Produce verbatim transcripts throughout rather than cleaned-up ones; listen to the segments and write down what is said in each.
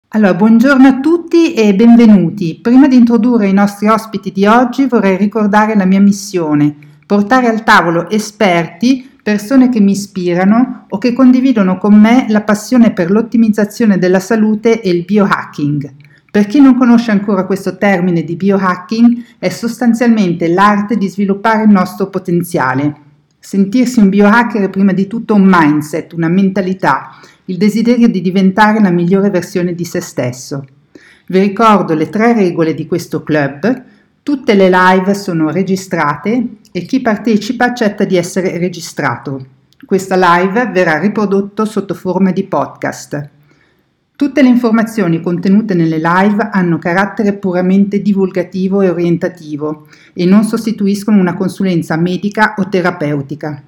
Allora, buongiorno a tutti e benvenuti. Prima di introdurre i nostri ospiti di oggi vorrei ricordare la mia missione: portare al tavolo esperti, persone che mi ispirano o che condividono con me la passione per l'ottimizzazione della salute e il biohacking. Per chi non conosce ancora questo termine di biohacking, è sostanzialmente l'arte di sviluppare il nostro potenziale. Sentirsi un biohacker è prima di tutto un mindset, una mentalità, il desiderio di diventare la migliore versione di se stesso. Vi ricordo le tre regole di questo club: tutte le live sono registrate e chi partecipa accetta di essere registrato. Questa live verrà riprodotto sotto forma di podcast. Tutte le informazioni contenute nelle live hanno carattere puramente divulgativo e orientativo e non sostituiscono una consulenza medica o terapeutica.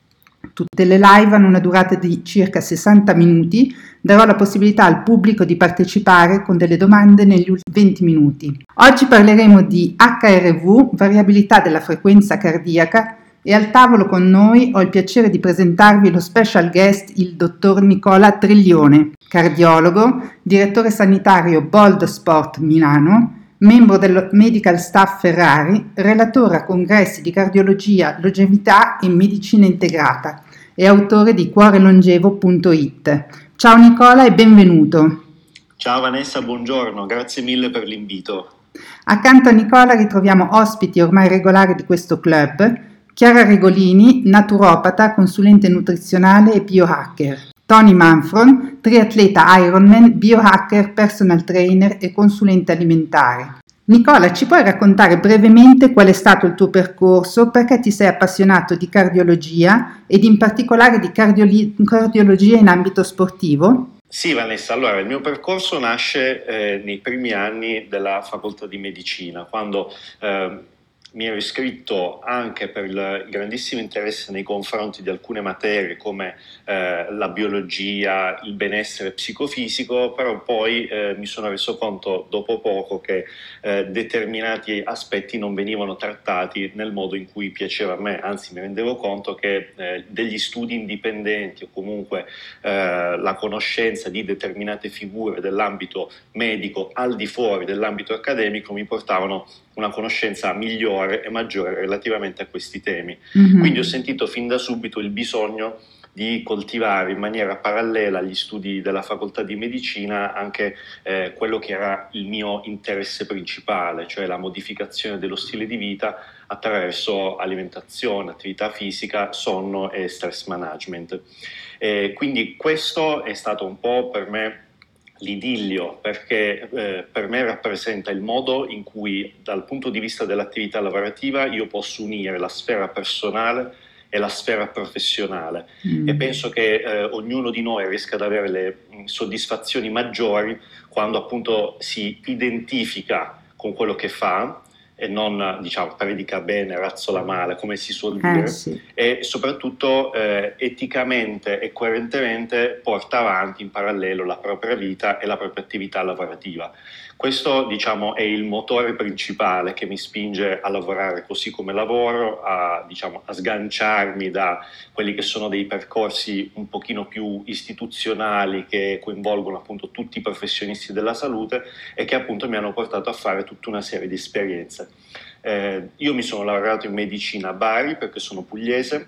Tutte le live hanno una durata di circa sessanta minuti. Darò la possibilità al pubblico di partecipare con delle domande negli ultimi venti minuti. Oggi parleremo di acca erre vu, variabilità della frequenza cardiaca, e al tavolo con noi ho il piacere di presentarvi lo special guest, il dottor Nicola Triglione, cardiologo, direttore sanitario Bold Sport Milano, membro del Medical Staff Ferrari, relatore a congressi di cardiologia, longevità e medicina integrata e autore di cuore longevo punto it. Ciao Nicola e benvenuto. Ciao Vanessa, buongiorno, grazie mille per l'invito. Accanto a Nicola ritroviamo ospiti ormai regolari di questo club: Chiara Regolini, naturopata, consulente nutrizionale e biohacker; Tony Manfron, triatleta Ironman, biohacker, personal trainer e consulente alimentare. Nicola, ci puoi raccontare brevemente qual è stato il tuo percorso, perché ti sei appassionato di cardiologia ed in particolare di cardioli- cardiologia in ambito sportivo? Sì Vanessa, allora il mio percorso nasce eh, nei primi anni della facoltà di medicina, quando eh, mi ero iscritto anche per il grandissimo interesse nei confronti di alcune materie come eh, la biologia, il benessere psicofisico, però poi eh, mi sono reso conto dopo poco che eh, determinati aspetti non venivano trattati nel modo in cui piaceva a me, anzi mi rendevo conto che eh, degli studi indipendenti o comunque eh, la conoscenza di determinate figure dell'ambito medico al di fuori dell'ambito accademico mi portavano una conoscenza migliore e maggiore relativamente a questi temi. Mm-hmm. Quindi ho sentito fin da subito il bisogno di coltivare in maniera parallela agli studi della facoltà di medicina anche eh, quello che era il mio interesse principale, cioè la modificazione dello stile di vita attraverso alimentazione, attività fisica, sonno e stress management. E quindi questo è stato un po' per me l'idillio, perché eh, per me rappresenta il modo in cui dal punto di vista dell'attività lavorativa io posso unire la sfera personale e la sfera professionale mm. e penso che eh, ognuno di noi riesca ad avere le mh, soddisfazioni maggiori quando appunto si identifica con quello che fa e non, diciamo, predica bene, razzola male, come si suol dire, eh, sì. e soprattutto eh, eticamente e coerentemente porta avanti in parallelo la propria vita e la propria attività lavorativa. Questo, diciamo, è il motore principale che mi spinge a lavorare così come lavoro, a, diciamo, a sganciarmi da quelli che sono dei percorsi un pochino più istituzionali che coinvolgono appunto tutti i professionisti della salute e che appunto mi hanno portato a fare tutta una serie di esperienze. Eh, io mi sono laureato in medicina a Bari perché sono pugliese,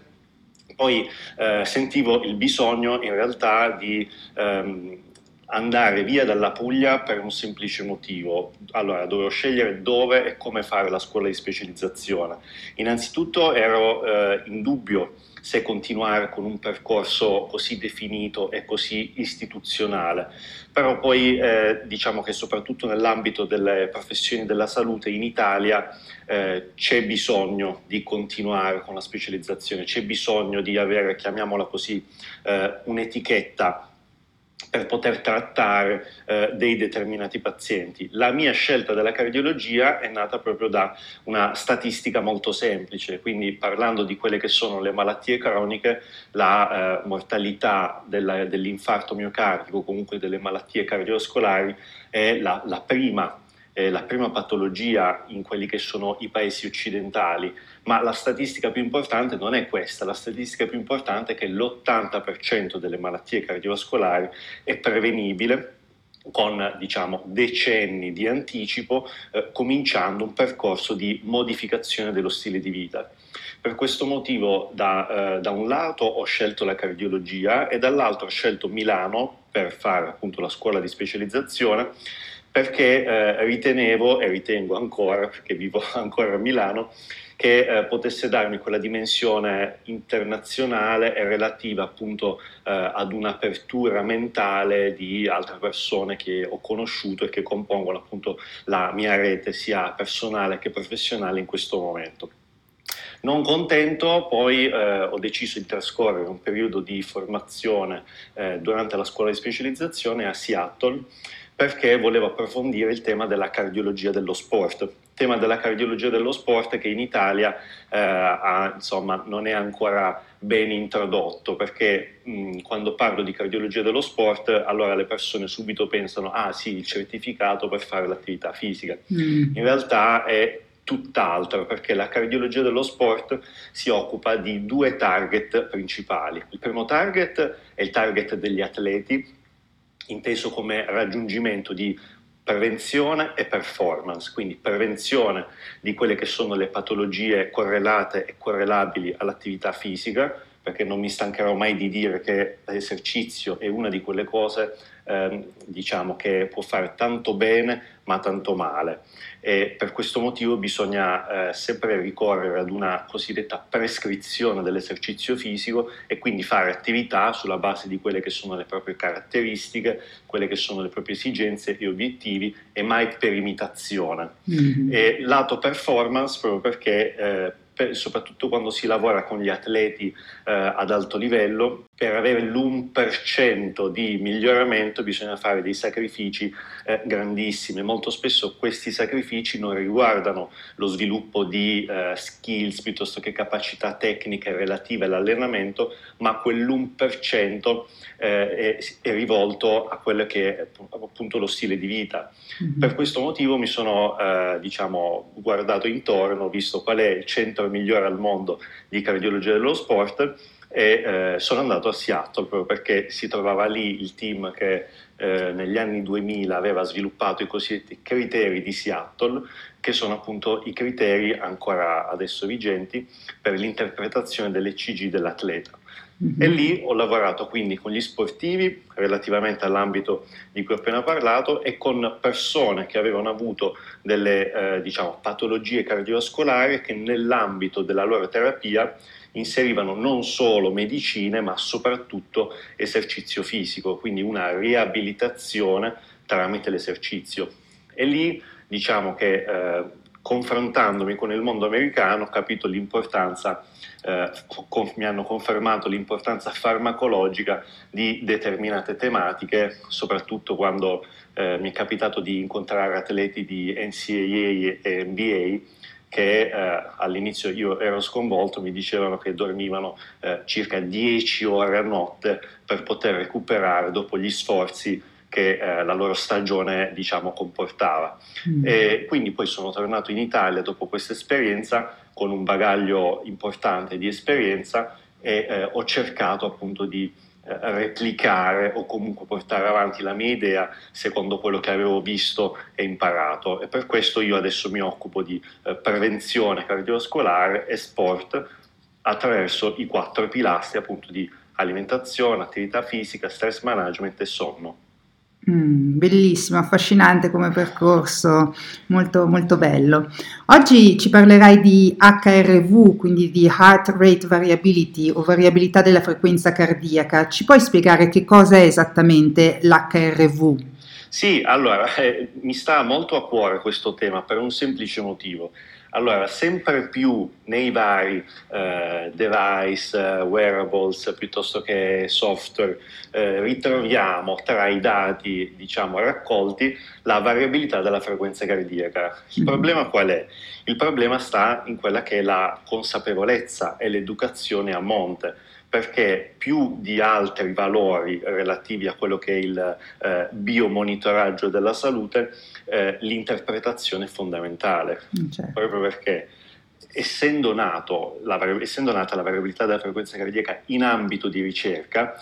poi eh, sentivo il bisogno in realtà di ehm, andare via dalla Puglia per un semplice motivo. Allora, dovevo scegliere dove e come fare la scuola di specializzazione. Innanzitutto ero eh, in dubbio se continuare con un percorso così definito e così istituzionale, però poi eh, diciamo che soprattutto nell'ambito delle professioni della salute in Italia eh, c'è bisogno di continuare con la specializzazione, c'è bisogno di avere, chiamiamola così, eh, un'etichetta per poter trattare eh, dei determinati pazienti. La mia scelta della cardiologia è nata proprio da una statistica molto semplice, quindi parlando di quelle che sono le malattie croniche, la eh, mortalità della, dell'infarto miocardico, comunque delle malattie cardiovascolari, è la, la prima Eh, la prima patologia in quelli che sono i paesi occidentali, ma la statistica più importante non è questa, la statistica più importante è che l'ottanta per cento delle malattie cardiovascolari è prevenibile con diciamo decenni di anticipo, eh, cominciando un percorso di modificazione dello stile di vita. Per questo motivo da, eh, da un lato ho scelto la cardiologia e dall'altro ho scelto Milano per fare appunto la scuola di specializzazione, perché eh, ritenevo e ritengo ancora, perché vivo ancora a Milano, che eh, potesse darmi quella dimensione internazionale e relativa appunto eh, ad un'apertura mentale di altre persone che ho conosciuto e che compongono appunto la mia rete sia personale che professionale in questo momento. Non contento, poi eh, ho deciso di trascorrere un periodo di formazione eh, durante la scuola di specializzazione a Seattle, perché volevo approfondire il tema della cardiologia dello sport. Il tema della cardiologia dello sport che in Italia eh, ha, insomma, non è ancora ben introdotto, perché mh, quando parlo di cardiologia dello sport, allora le persone subito pensano, ah sì, il certificato per fare l'attività fisica. Mm. In realtà è tutt'altro, perché la cardiologia dello sport si occupa di due target principali. Il primo target è il target degli atleti, inteso come raggiungimento di prevenzione e performance, quindi prevenzione di quelle che sono le patologie correlate e correlabili all'attività fisica, perché non mi stancherò mai di dire che l'esercizio è una di quelle cose ehm, diciamo che può fare tanto bene ma tanto male, e per questo motivo bisogna eh, sempre ricorrere ad una cosiddetta prescrizione dell'esercizio fisico e quindi fare attività sulla base di quelle che sono le proprie caratteristiche, quelle che sono le proprie esigenze e obiettivi, e mai per imitazione. Mm-hmm. E lato performance, proprio perché eh, per, soprattutto quando si lavora con gli atleti eh, ad alto livello, per avere l'uno per cento di miglioramento bisogna fare dei sacrifici eh, grandissimi. Molto spesso questi sacrifici non riguardano lo sviluppo di eh, skills piuttosto che capacità tecniche relative all'allenamento, ma quell'uno per cento eh, è, è rivolto a quello che è appunto lo stile di vita. Mm-hmm. Per questo motivo mi sono eh, diciamo guardato intorno, ho visto qual è il centro migliore al mondo di cardiologia dello sport, e eh, sono andato a Seattle proprio perché si trovava lì il team che eh, negli anni duemila aveva sviluppato i cosiddetti criteri di Seattle, che sono appunto i criteri ancora adesso vigenti per l'interpretazione dell'E C G dell'atleta. Mm-hmm. E lì ho lavorato quindi con gli sportivi relativamente all'ambito di cui ho appena parlato e con persone che avevano avuto delle eh, diciamo patologie cardiovascolari che nell'ambito della loro terapia inserivano non solo medicine ma soprattutto esercizio fisico, quindi una riabilitazione tramite l'esercizio. E lì diciamo che eh, confrontandomi con il mondo americano ho capito l'importanza, eh, con, mi hanno confermato l'importanza farmacologica di determinate tematiche, soprattutto quando eh, mi è capitato di incontrare atleti di N C A A e N B A che eh, all'inizio io ero sconvolto, mi dicevano che dormivano eh, circa dieci ore a notte per poter recuperare dopo gli sforzi che eh, la loro stagione diciamo comportava. Mm. E quindi poi sono tornato in Italia dopo questa esperienza con un bagaglio importante di esperienza e eh, ho cercato appunto di eh, replicare o comunque portare avanti la mia idea secondo quello che avevo visto e imparato, e per questo io adesso mi occupo di eh, prevenzione cardiovascolare e sport attraverso i quattro pilastri appunto di alimentazione, attività fisica, stress management e sonno. Mm, bellissimo, affascinante come percorso, molto, molto bello. Oggi ci parlerai di H R V, quindi di Heart Rate Variability o variabilità della frequenza cardiaca. Ci puoi spiegare che cosa è esattamente l'H R V? Sì, allora, eh, mi sta molto a cuore questo tema per un semplice motivo. Allora, sempre più nei vari eh, device, eh, wearables, piuttosto che software, eh, ritroviamo tra i dati, diciamo, raccolti la variabilità della frequenza cardiaca. Il mm-hmm. problema qual è? Il problema sta in quella che è la consapevolezza e l'educazione a monte, perché più di altri valori relativi a quello che è il eh, biomonitoraggio della salute, eh, l'interpretazione è fondamentale, certo. Proprio perché essendo, nato la, essendo nata la variabilità della frequenza cardiaca in ambito di ricerca,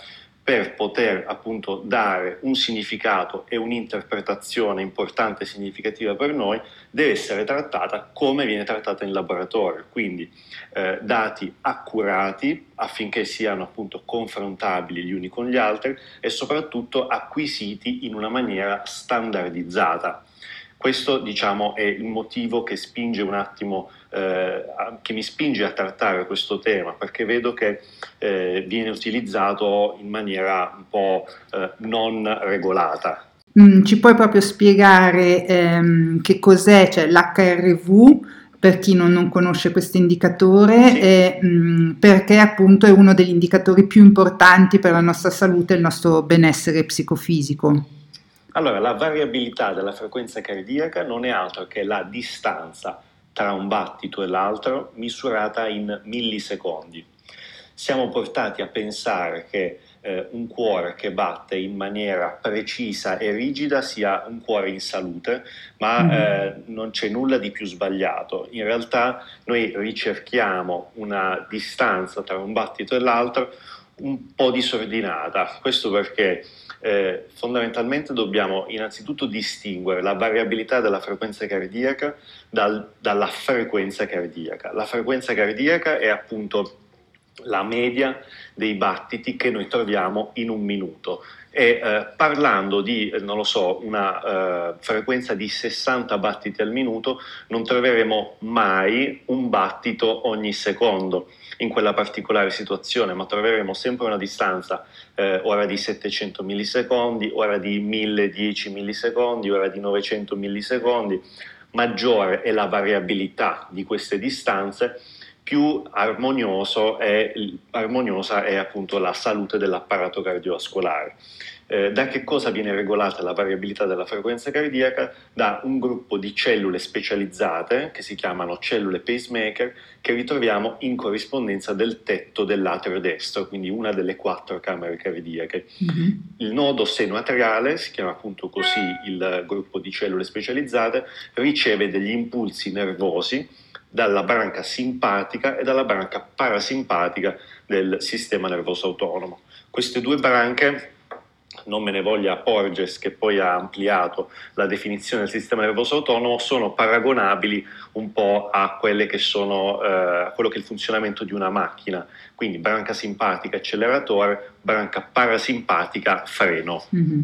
per poter appunto dare un significato e un'interpretazione importante e significativa per noi, deve essere trattata come viene trattata in laboratorio, quindi eh, dati accurati affinché siano appunto confrontabili gli uni con gli altri e soprattutto acquisiti in una maniera standardizzata. Questo, diciamo, è il motivo che spinge un attimo, eh, a, che mi spinge a trattare questo tema, perché vedo che eh, viene utilizzato in maniera un po' eh, non regolata. Mm, ci puoi proprio spiegare ehm, che cos'è, cioè l'H R V, per chi non, non conosce questo indicatore, Sì. e mm, perché appunto è uno degli indicatori più importanti per la nostra salute e il nostro benessere psicofisico? Allora, la variabilità della frequenza cardiaca non è altro che la distanza tra un battito e l'altro misurata in millisecondi. Siamo portati a pensare che eh, un cuore che batte in maniera precisa e rigida sia un cuore in salute, ma eh, non c'è nulla di più sbagliato. In realtà noi ricerchiamo una distanza tra un battito e l'altro un po' disordinata. Questo perché eh, fondamentalmente dobbiamo innanzitutto distinguere la variabilità della frequenza cardiaca dal, dalla frequenza cardiaca. La frequenza cardiaca è appunto la media dei battiti che noi troviamo in un minuto e eh, parlando di, eh, non lo so, una eh, frequenza di sessanta battiti al minuto non troveremo mai un battito ogni secondo in quella particolare situazione, ma troveremo sempre una distanza eh, ora di settecento millisecondi, ora di mille dieci millisecondi, ora di novecento millisecondi. Maggiore è la variabilità di queste distanze, più armonioso è, armoniosa è appunto la salute dell'apparato cardiovascolare. Eh, da che cosa viene regolata la variabilità della frequenza cardiaca? Da un gruppo di cellule specializzate che si chiamano cellule pacemaker, che ritroviamo in corrispondenza del tetto dell'atrio destro, quindi una delle quattro camere cardiache. Mm-hmm. Il nodo seno atriale, si chiama appunto così il gruppo di cellule specializzate, riceve degli impulsi nervosi dalla branca simpatica e dalla branca parasimpatica del sistema nervoso autonomo. Queste due branche, non me ne voglia Porges che poi ha ampliato la definizione del sistema nervoso autonomo, sono paragonabili un po' a quelle che sono eh, quello che è il funzionamento di una macchina, quindi branca simpatica acceleratore, branca parasimpatica freno. Mm-hmm.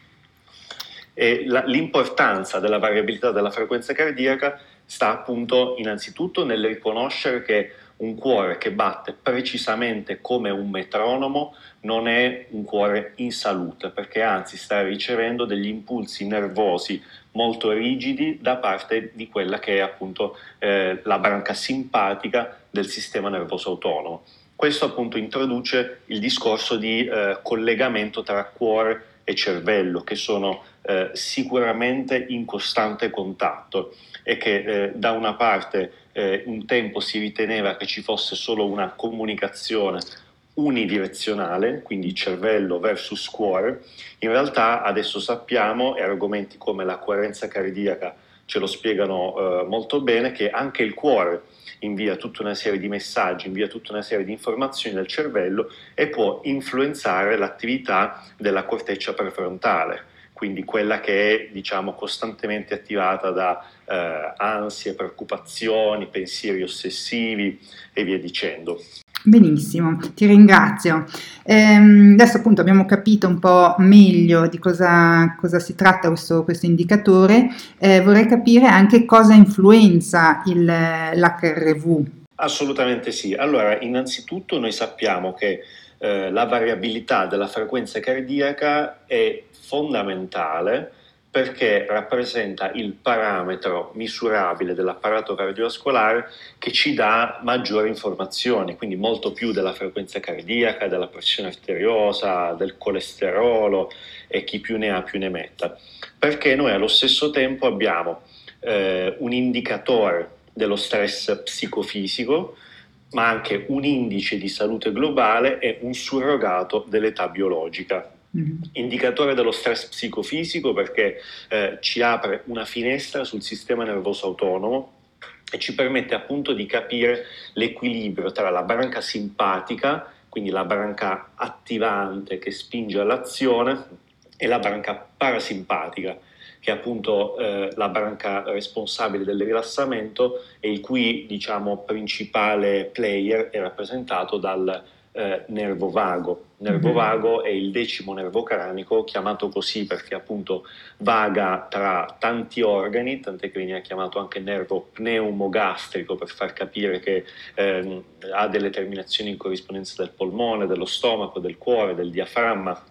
E la, l'importanza della variabilità della frequenza cardiaca sta appunto innanzitutto nel riconoscere che un cuore che batte precisamente come un metronomo non è un cuore in salute, perché anzi sta ricevendo degli impulsi nervosi molto rigidi da parte di quella che è appunto eh, la branca simpatica del sistema nervoso autonomo. Questo appunto introduce il discorso di eh, collegamento tra cuore e cervello, che sono eh, sicuramente in costante contatto e che eh, da una parte eh, un tempo si riteneva che ci fosse solo una comunicazione unidirezionale, quindi cervello versus cuore. In realtà adesso sappiamo, e argomenti come la coerenza cardiaca ce lo spiegano eh, molto bene, che anche il cuore invia tutta una serie di messaggi, invia tutta una serie di informazioni nel cervello e può influenzare l'attività della corteccia prefrontale, quindi quella che è, diciamo, costantemente attivata da eh, ansie, preoccupazioni, pensieri ossessivi e via dicendo. Benissimo, ti ringrazio. Ehm, adesso appunto abbiamo capito un po' meglio di cosa, cosa si tratta questo, questo indicatore. Eh, vorrei capire anche cosa influenza il, l'H R V. Assolutamente sì. Allora, innanzitutto noi sappiamo che eh, la variabilità della frequenza cardiaca è fondamentale perché rappresenta il parametro misurabile dell'apparato cardiovascolare che ci dà maggiori informazioni, quindi molto più della frequenza cardiaca, della pressione arteriosa, del colesterolo e chi più ne ha più ne metta. Perché noi allo stesso tempo abbiamo eh, un indicatore dello stress psicofisico, ma anche un indice di salute globale e un surrogato dell'età biologica. Mm-hmm. Indicatore dello stress psicofisico perché eh, ci apre una finestra sul sistema nervoso autonomo e ci permette appunto di capire l'equilibrio tra la branca simpatica, quindi la branca attivante che spinge all'azione, e la branca parasimpatica, che è appunto eh, la branca responsabile del rilassamento e il cui, diciamo, principale player è rappresentato dal eh, nervo vago. Nervo mm-hmm. vago è il decimo nervo cranico, chiamato così perché appunto vaga tra tanti organi, tant'è che viene chiamato anche nervo pneumogastrico, per far capire che eh, ha delle terminazioni in corrispondenza del polmone, dello stomaco, del cuore, del diaframma,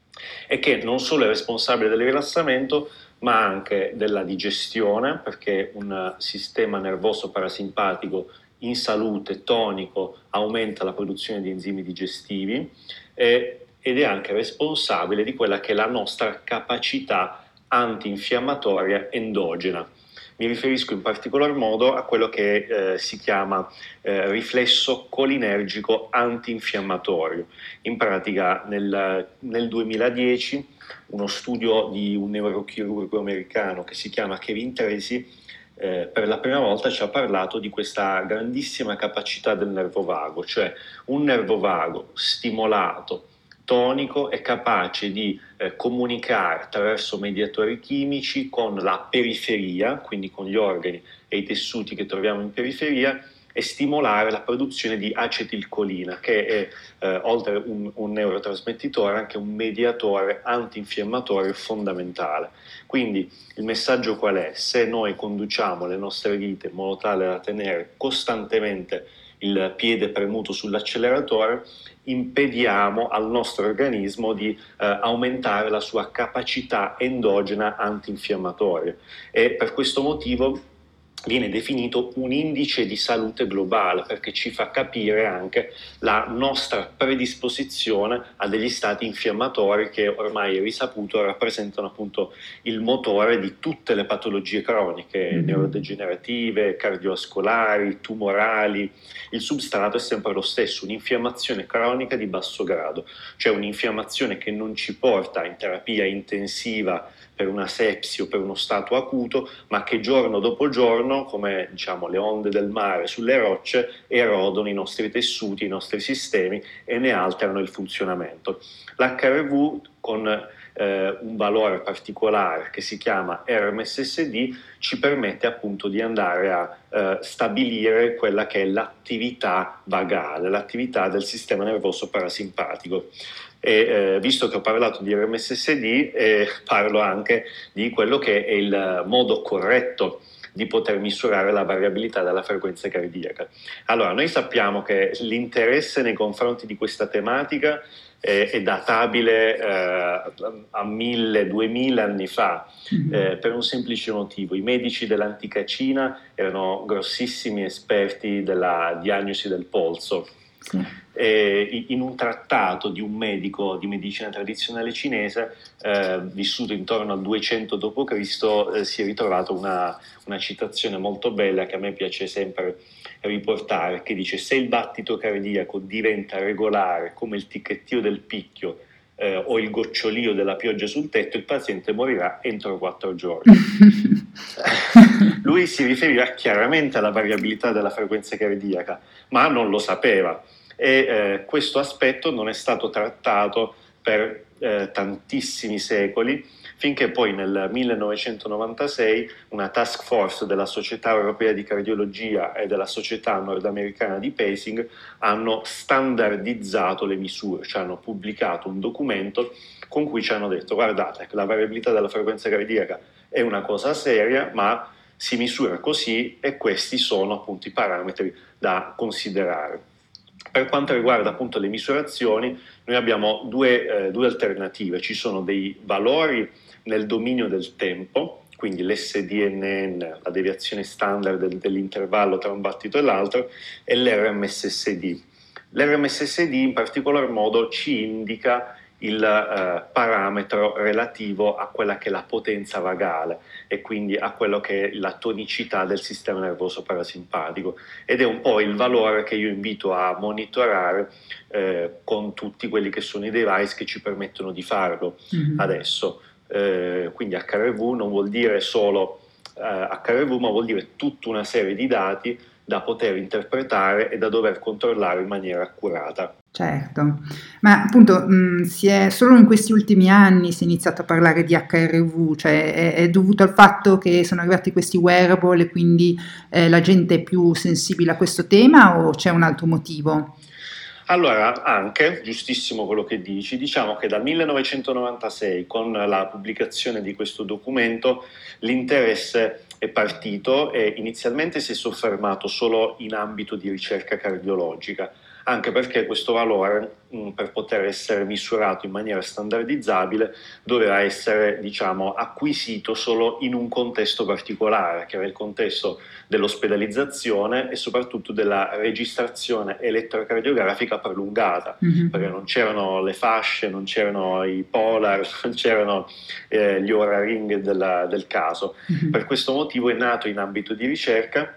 e che non solo è responsabile del rilassamento ma anche della digestione, perché un sistema nervoso parasimpatico in salute, tonico, aumenta la produzione di enzimi digestivi, eh, ed è anche responsabile di quella che è la nostra capacità antinfiammatoria endogena. Mi riferisco in particolar modo a quello che eh, si chiama eh, riflesso colinergico antinfiammatorio. In pratica nel, nel duemiladieci uno studio di un neurochirurgo americano che si chiama Kevin Tracy eh, per la prima volta ci ha parlato di questa grandissima capacità del nervo vago, cioè un nervo vago stimolato, tonico, è capace di eh, comunicare attraverso mediatori chimici con la periferia, quindi con gli organi e i tessuti che troviamo in periferia, e stimolare la produzione di acetilcolina, che è, eh, oltre un, un neurotrasmettitore, anche un mediatore antinfiammatorio fondamentale. Quindi il messaggio qual è? Se noi conduciamo le nostre vite in modo tale da tenere costantemente il piede premuto sull'acceleratore, impediamo al nostro organismo di eh, aumentare la sua capacità endogena antinfiammatoria, e per questo motivo viene definito un indice di salute globale, perché ci fa capire anche la nostra predisposizione a degli stati infiammatori che ormai è risaputo rappresentano appunto il motore di tutte le patologie croniche, mm-hmm. neurodegenerative, cardiovascolari, tumorali. Il substrato è sempre lo stesso, un'infiammazione cronica di basso grado, cioè un'infiammazione che non ci porta in terapia intensiva per una sepsi o per uno stato acuto, ma che giorno dopo giorno, come diciamo le onde del mare sulle rocce, erodono i nostri tessuti, i nostri sistemi e ne alterano il funzionamento. L'H R V con eh, un valore particolare che si chiama R M S S D ci permette appunto di andare a eh, stabilire quella che è l'attività vagale, l'attività del sistema nervoso parasimpatico. E eh, visto che ho parlato di R M S S D, eh, parlo anche di quello che è il modo corretto di poter misurare la variabilità della frequenza cardiaca. Allora, noi sappiamo che l'interesse nei confronti di questa tematica eh, è databile eh, a mille, duemila anni fa, eh, per un semplice motivo. I medici dell'antica Cina erano grossissimi esperti della diagnosi del polso. Sì. Eh, in un trattato di un medico di medicina tradizionale cinese eh, vissuto intorno al duecento dopo Cristo eh, si è ritrovata una, una citazione molto bella che a me piace sempre riportare, che dice: se il battito cardiaco diventa regolare come il ticchettio del picchio eh, o il gocciolio della pioggia sul tetto, il paziente morirà entro quattro giorni. Lui si riferiva chiaramente alla variabilità della frequenza cardiaca, ma non lo sapeva. E eh, questo aspetto non è stato trattato per eh, tantissimi secoli, finché poi nel millenovecentonovantasei una task force della Società Europea di Cardiologia e della Società Nordamericana di Pacing hanno standardizzato le misure, cioè hanno pubblicato un documento con cui ci hanno detto: guardate, la variabilità della frequenza cardiaca è una cosa seria, ma si misura così e questi sono appunto i parametri da considerare. Per quanto riguarda appunto le misurazioni, noi abbiamo due, eh, due alternative. Ci sono dei valori nel dominio del tempo, quindi l'S D N N, la deviazione standard del, dell'intervallo tra un battito e l'altro, e l'R M S S D. L'R M S S D in particolar modo ci indica il eh, parametro relativo a quella che è la potenza vagale e quindi a quello che è la tonicità del sistema nervoso parasimpatico, ed è un po' il valore che io invito a monitorare eh, con tutti quelli che sono i device che ci permettono di farlo mm-hmm. adesso. Eh, quindi H R V non vuol dire solo eh, H R V, ma vuol dire tutta una serie di dati da poter interpretare e da dover controllare in maniera accurata. Certo, ma appunto mh, si è solo in questi ultimi anni si è iniziato a parlare di acca erre vu, cioè è, è dovuto al fatto che sono arrivati questi wearable e quindi eh, la gente è più sensibile a questo tema o c'è un altro motivo? Allora, anche, giustissimo quello che dici, diciamo che dal millenovecentonovantasei, con la pubblicazione di questo documento, l'interesse è partito e inizialmente si è soffermato solo in ambito di ricerca cardiologica, anche perché questo valore, mh, per poter essere misurato in maniera standardizzabile, doveva essere, diciamo, acquisito solo in un contesto particolare, che era il contesto dell'ospedalizzazione e soprattutto della registrazione elettrocardiografica prolungata, Mhm. perché non c'erano le fasce, non c'erano i polar, non c'erano eh, gli Oura Ring della, del caso. Mhm. Per questo motivo è nato in ambito di ricerca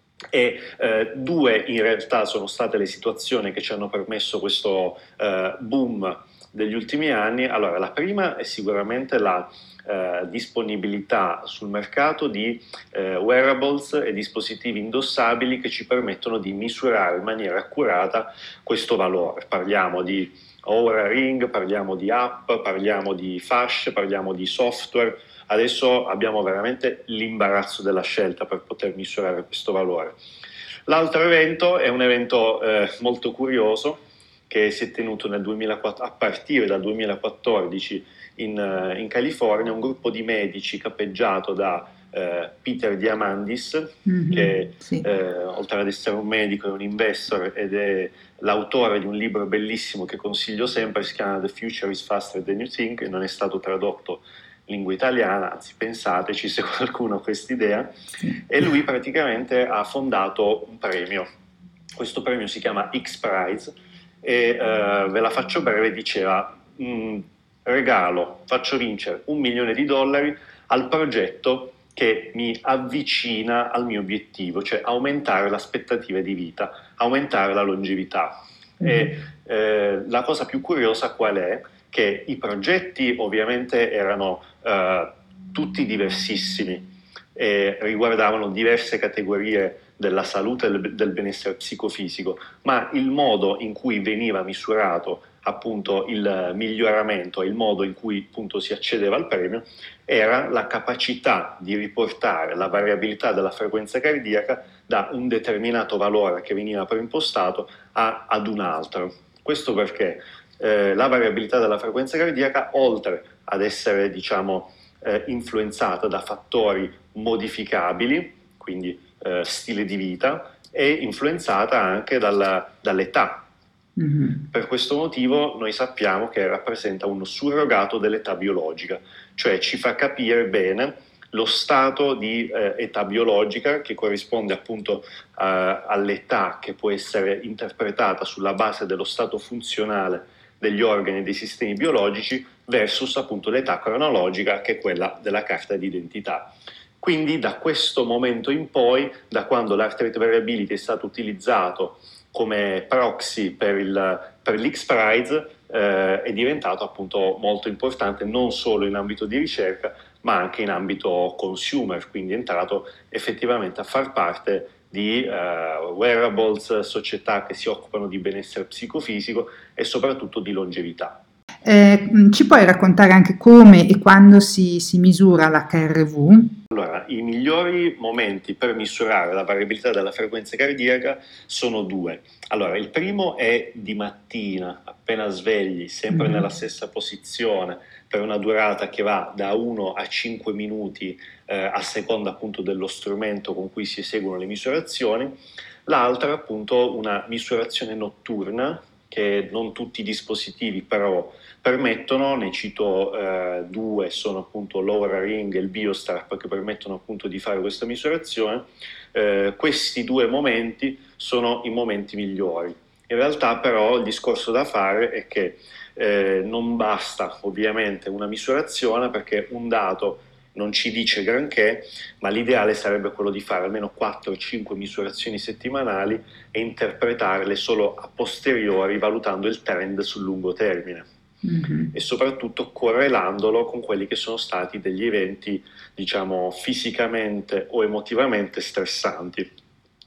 e eh, due in realtà sono state le situazioni che ci hanno permesso questo eh, boom degli ultimi anni. Allora, la prima è sicuramente la eh, disponibilità sul mercato di eh, wearables e dispositivi indossabili che ci permettono di misurare in maniera accurata questo valore. Parliamo di Oura Ring, parliamo di app, parliamo di fasce, parliamo di software. Adesso abbiamo veramente l'imbarazzo della scelta per poter misurare questo valore. L'altro evento è un evento eh, molto curioso che si è tenuto nel duemilaquattro, a partire dal duemilaquattordici in, in California. Un gruppo di medici capeggiato da eh, Peter Diamandis, Mhm. che Sì. eh, oltre ad essere un medico è un investor ed è l'autore di un libro bellissimo che consiglio sempre, si chiama The Future is Faster Than You Think, e non è stato tradotto in lingua italiana, anzi pensateci se qualcuno ha quest'idea. Sì. E lui praticamente ha fondato un premio. Questo premio si chiama X-Prize e eh, ve la faccio breve, diceva mh, regalo, faccio vincere un milione di dollari al progetto che mi avvicina al mio obiettivo, cioè aumentare l'aspettativa di vita, aumentare la longevità. Mhm. E eh, la cosa più curiosa qual è? Che i progetti ovviamente erano eh, tutti diversissimi e riguardavano diverse categorie della salute e del, del benessere psicofisico, ma il modo in cui veniva misurato appunto il miglioramento e il modo in cui appunto si accedeva al premio era la capacità di riportare la variabilità della frequenza cardiaca da un determinato valore che veniva preimpostato a, ad un altro. Questo perché eh, la variabilità della frequenza cardiaca, oltre ad essere, diciamo, eh, influenzata da fattori modificabili, quindi eh, stile di vita, è influenzata anche dalla, dall'età. Mm-hmm. Per questo motivo noi sappiamo che rappresenta uno surrogato dell'età biologica, cioè ci fa capire bene lo stato di eh, età biologica che corrisponde appunto eh, all'età che può essere interpretata sulla base dello stato funzionale degli organi e dei sistemi biologici versus appunto l'età cronologica che è quella della carta d'identità. Quindi da questo momento in poi, da quando l'heart rate variability è stato utilizzato come proxy per, il, per l'X-Prize, eh, è diventato appunto molto importante non solo in ambito di ricerca ma anche in ambito consumer, quindi è entrato effettivamente a far parte di uh, wearables, società che si occupano di benessere psicofisico e soprattutto di longevità. Eh, ci puoi raccontare anche come e quando si, si misura l'H R V? Allora, i migliori momenti per misurare la variabilità della frequenza cardiaca sono due. Allora, il primo è di mattina, appena svegli, sempre mm-hmm. nella stessa posizione, per una durata che va da uno a cinque minuti eh, a seconda appunto dello strumento con cui si eseguono le misurazioni. L'altra appunto una misurazione notturna che non tutti i dispositivi però permettono, ne cito eh, due, sono appunto l'Oura Ring e il Biostrap che permettono appunto di fare questa misurazione. Eh, questi due momenti sono i momenti migliori. In realtà però il discorso da fare è che eh, non basta ovviamente una misurazione perché un dato non ci dice granché, ma l'ideale sarebbe quello di fare almeno quattro cinque misurazioni settimanali e interpretarle solo a posteriori valutando il trend sul lungo termine. Mm-hmm. E soprattutto correlandolo con quelli che sono stati degli eventi, diciamo, fisicamente o emotivamente stressanti.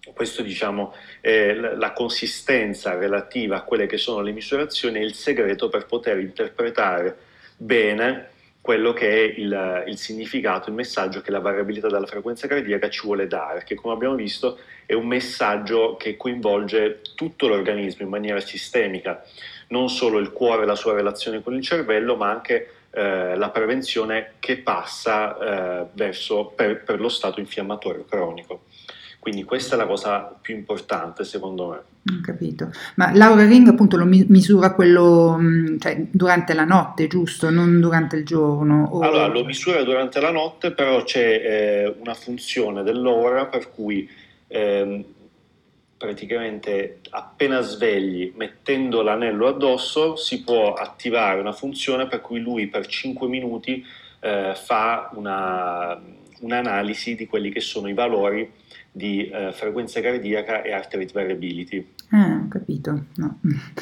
Questo, diciamo, è la consistenza relativa a quelle che sono le misurazioni è il segreto per poter interpretare bene quello che è il, il significato, il messaggio che la variabilità della frequenza cardiaca ci vuole dare, che come abbiamo visto è un messaggio che coinvolge tutto l'organismo in maniera sistemica, non solo il cuore e la sua relazione con il cervello, ma anche eh, la prevenzione che passa eh, verso, per, per lo stato infiammatorio cronico. Quindi questa è la cosa più importante secondo me. Ho capito. Ma l'Oura Ring appunto lo mi- misura quello, mh, cioè durante la notte, giusto? Non durante il giorno? Allora, O... lo misura durante la notte, però c'è eh, una funzione dell'ora per cui ehm, praticamente appena svegli, mettendo l'anello addosso, si può attivare una funzione per cui lui per cinque minuti eh, fa una, un'analisi di quelli che sono i valori di eh, frequenza cardiaca e heart rate variability. Ah, ho capito. No.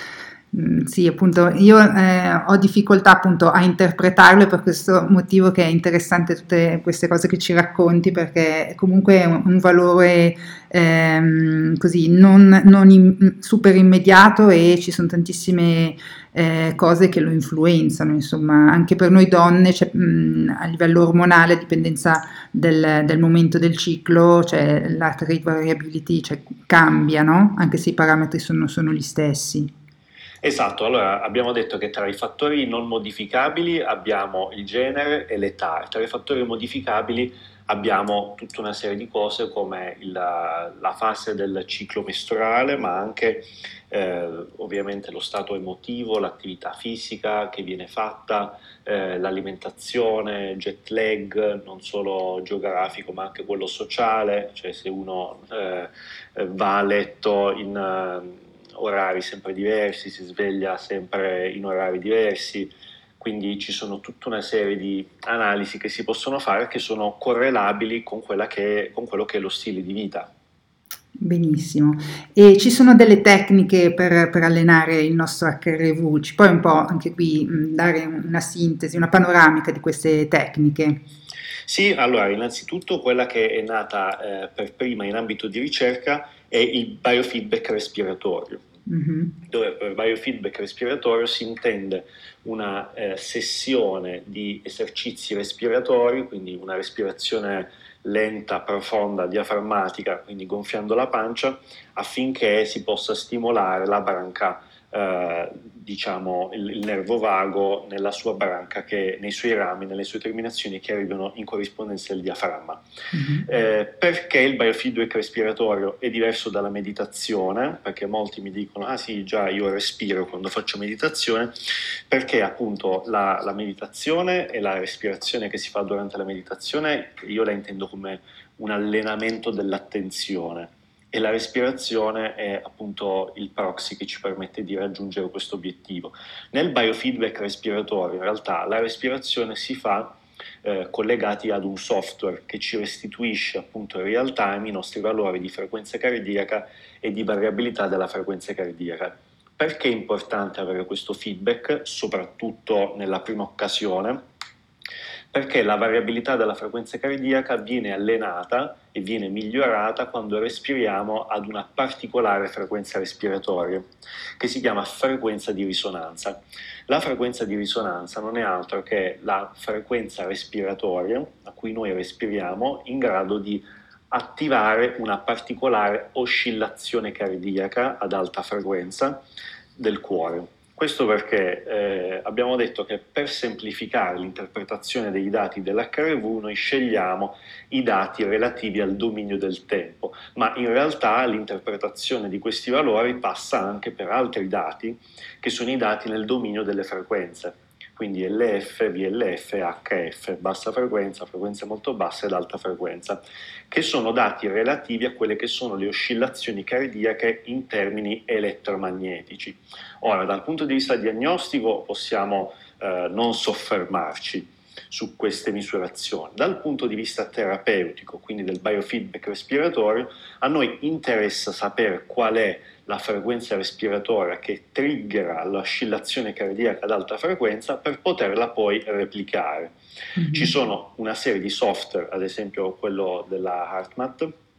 Mm, sì, appunto, io eh, ho difficoltà appunto a interpretarlo, e per questo motivo che è interessante tutte queste cose che ci racconti, perché è comunque un, un valore ehm, così non, non in- super immediato, e ci sono tantissime eh, cose che lo influenzano, insomma, anche per noi donne, cioè, mh, a livello ormonale, a dipendenza del, del momento del ciclo, cioè l'heart rate variability, cioè, cambia, no? Anche se i parametri sono, sono gli stessi. Esatto, allora abbiamo detto che tra i fattori non modificabili abbiamo il genere e l'età, e tra i fattori modificabili abbiamo tutta una serie di cose come il- la fase del ciclo mestruale, ma anche eh, ovviamente lo stato emotivo, l'attività fisica che viene fatta, eh, l'alimentazione, jet lag, non solo geografico ma anche quello sociale, cioè se uno eh, va a letto in eh, orari sempre diversi, si sveglia sempre in orari diversi, quindi ci sono tutta una serie di analisi che si possono fare che sono correlabili con, quella che, con quello che è lo stile di vita. Benissimo. E ci sono delle tecniche per, per allenare il nostro acca erre vu? Ci puoi un po' anche qui mh, dare una sintesi, una panoramica di queste tecniche? Sì, allora, innanzitutto quella che è nata eh, per prima in ambito di ricerca è il biofeedback respiratorio, Mhm. dove per biofeedback respiratorio si intende una eh, sessione di esercizi respiratori, quindi una respirazione lenta, profonda, diaframmatica, quindi gonfiando la pancia, affinché si possa stimolare la branca, eh, diciamo il, il nervo vago nella sua branca, che nei suoi rami, nelle sue terminazioni che arrivano in corrispondenza del diaframma. Mhm. Eh, perché il biofeedback respiratorio è diverso dalla meditazione? Perché molti mi dicono, ah sì, già io respiro quando faccio meditazione, perché appunto la, la meditazione e la respirazione che si fa durante la meditazione, io la intendo come un allenamento dell'attenzione, e la respirazione è appunto il proxy che ci permette di raggiungere questo obiettivo. Nel biofeedback respiratorio in realtà la respirazione si fa eh, collegati ad un software che ci restituisce appunto in real time i nostri valori di frequenza cardiaca e di variabilità della frequenza cardiaca. Perché è importante avere questo feedback, soprattutto nella prima occasione? Perché la variabilità della frequenza cardiaca viene allenata e viene migliorata quando respiriamo ad una particolare frequenza respiratoria, che si chiama frequenza di risonanza. La frequenza di risonanza non è altro che la frequenza respiratoria a cui noi respiriamo in grado di attivare una particolare oscillazione cardiaca ad alta frequenza del cuore. Questo perché eh, abbiamo detto che per semplificare l'interpretazione dei dati dell'acca erre vu noi scegliamo i dati relativi al dominio del tempo, ma in realtà l'interpretazione di questi valori passa anche per altri dati, che sono i dati nel dominio delle frequenze, quindi L F, V L F e H F, bassa frequenza, frequenze molto basse ed alta frequenza, che sono dati relativi a quelle che sono le oscillazioni cardiache in termini elettromagnetici. Ora, dal punto di vista diagnostico possiamo eh, non soffermarci su queste misurazioni. Dal punto di vista terapeutico, quindi del biofeedback respiratorio, a noi interessa sapere qual è la frequenza respiratoria che triggera l'oscillazione cardiaca ad alta frequenza per poterla poi replicare. Mhm. Ci sono una serie di software, ad esempio quello della HeartMath,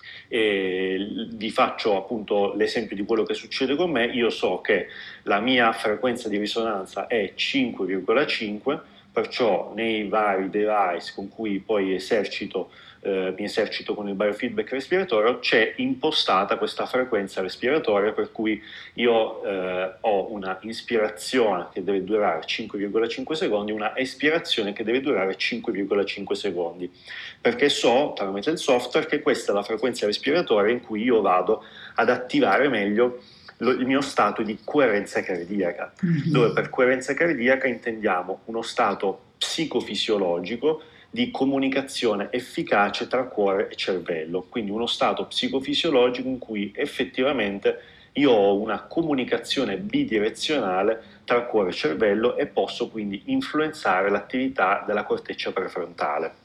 E vi faccio appunto l'esempio di quello che succede con me. Io so che la mia frequenza di risonanza è cinque virgola cinque, perciò nei vari device con cui poi esercito, eh, mi esercito con il biofeedback respiratorio, c'è impostata questa frequenza respiratoria, per cui io eh, ho una inspirazione che deve durare cinque virgola cinque secondi, una espirazione che deve durare cinque virgola cinque secondi, perché so tramite il software che questa è la frequenza respiratoria in cui io vado ad attivare meglio lo, il mio stato di coerenza cardiaca, mm-hmm. dove per coerenza cardiaca intendiamo uno stato psicofisiologico di comunicazione efficace tra cuore e cervello, quindi uno stato psicofisiologico in cui effettivamente io ho una comunicazione bidirezionale tra cuore e cervello e posso quindi influenzare l'attività della corteccia prefrontale.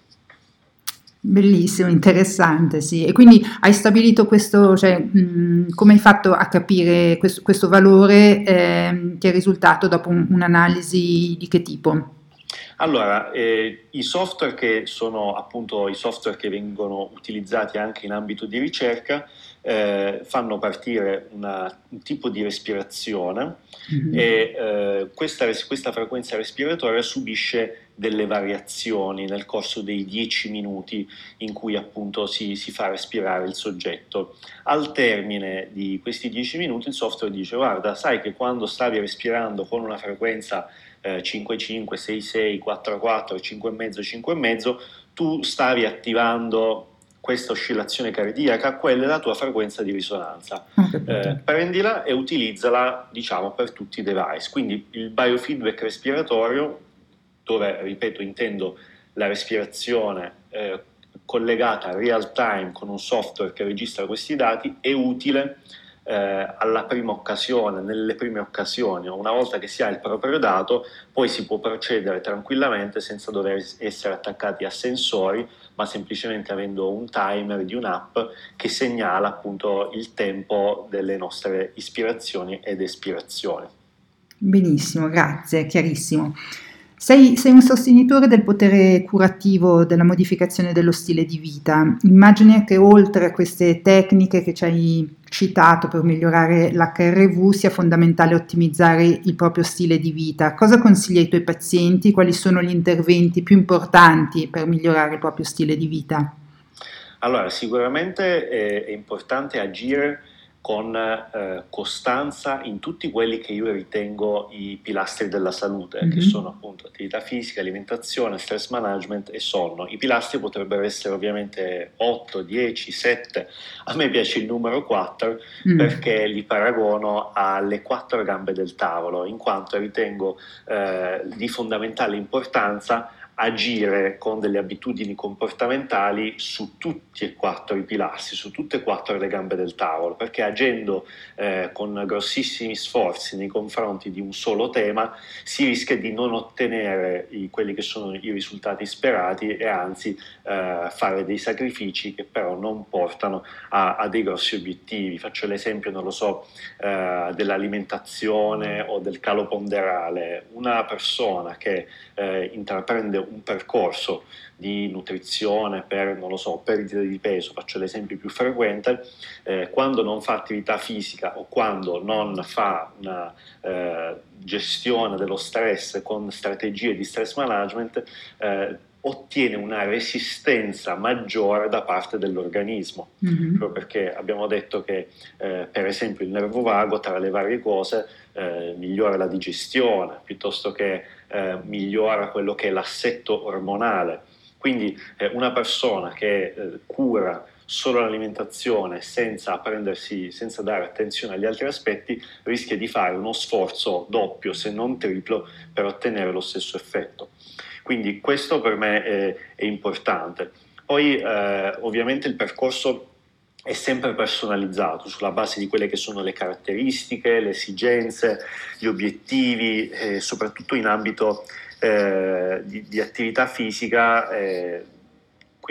Bellissimo, interessante, sì. E quindi hai stabilito questo, cioè, mh, come hai fatto a capire questo, questo valore, eh, che è risultato dopo un, un'analisi di che tipo? Allora, eh, i software che sono appunto i software che vengono utilizzati anche in ambito di ricerca eh, fanno partire una, un tipo di respirazione mm-hmm. e eh, questa, questa frequenza respiratoria subisce delle variazioni nel corso dei dieci minuti in cui appunto si, si fa respirare il soggetto. Al termine di questi dieci minuti il software dice: guarda, sai che quando stavi respirando con una frequenza eh, cinque cinque, sei sei, quattro quattro, cinque virgola cinque, cinque virgola cinque, tu stavi attivando questa oscillazione cardiaca, quella è la tua frequenza di risonanza. Eh, prendila e utilizzala, diciamo, per tutti i device. Quindi il biofeedback respiratorio, dove, ripeto, intendo la respirazione eh, collegata real time con un software che registra questi dati, è utile eh, alla prima occasione, nelle prime occasioni. Una volta che si ha il proprio dato, poi si può procedere tranquillamente senza dover essere attaccati a sensori, ma semplicemente avendo un timer di un'app che segnala appunto il tempo delle nostre ispirazioni ed espirazioni. Benissimo, grazie, chiarissimo. Sei, sei un sostenitore del potere curativo della modificazione dello stile di vita. Immagino che oltre a queste tecniche che ci hai citato per migliorare l'H R V sia fondamentale ottimizzare il proprio stile di vita. Cosa consigli ai tuoi pazienti? Quali sono gli interventi più importanti per migliorare il proprio stile di vita? Allora, sicuramente è, è importante agire con eh, costanza in tutti quelli che io ritengo i pilastri della salute, mm-hmm. che sono appunto attività fisica, alimentazione, stress management e sonno. I pilastri potrebbero essere ovviamente otto, dieci, sette, a me piace il numero quattro mm. perché li paragono alle quattro gambe del tavolo, in quanto ritengo eh, di fondamentale importanza agire con delle abitudini comportamentali su tutti e quattro i pilastri, su tutte e quattro le gambe del tavolo, perché agendo eh, con grossissimi sforzi nei confronti di un solo tema si rischia di non ottenere i, quelli che sono i risultati sperati e anzi eh, fare dei sacrifici che però non portano a, a dei grossi obiettivi. Faccio l'esempio, non lo so, eh, dell'alimentazione o del calo ponderale. Una persona che eh, intraprende un percorso di nutrizione per, non lo so, perdita di peso, faccio l'esempio più frequente, eh, quando non fa attività fisica o quando non fa una eh, gestione dello stress con strategie di stress management, eh, ottiene una resistenza maggiore da parte dell'organismo, mm-hmm. proprio perché abbiamo detto che eh, per esempio il nervo vago, tra le varie cose, eh, migliora la digestione, piuttosto che eh, migliora quello che è l'assetto ormonale. Quindi eh, una persona che eh, cura solo l'alimentazione senza prendersi, senza dare attenzione agli altri aspetti, rischia di fare uno sforzo doppio, se non triplo, per ottenere lo stesso effetto. Quindi questo per me è, è importante. Poi eh, ovviamente il percorso è sempre personalizzato sulla base di quelle che sono le caratteristiche, le esigenze, gli obiettivi, eh, soprattutto in ambito eh, di, di attività fisica. Eh, qui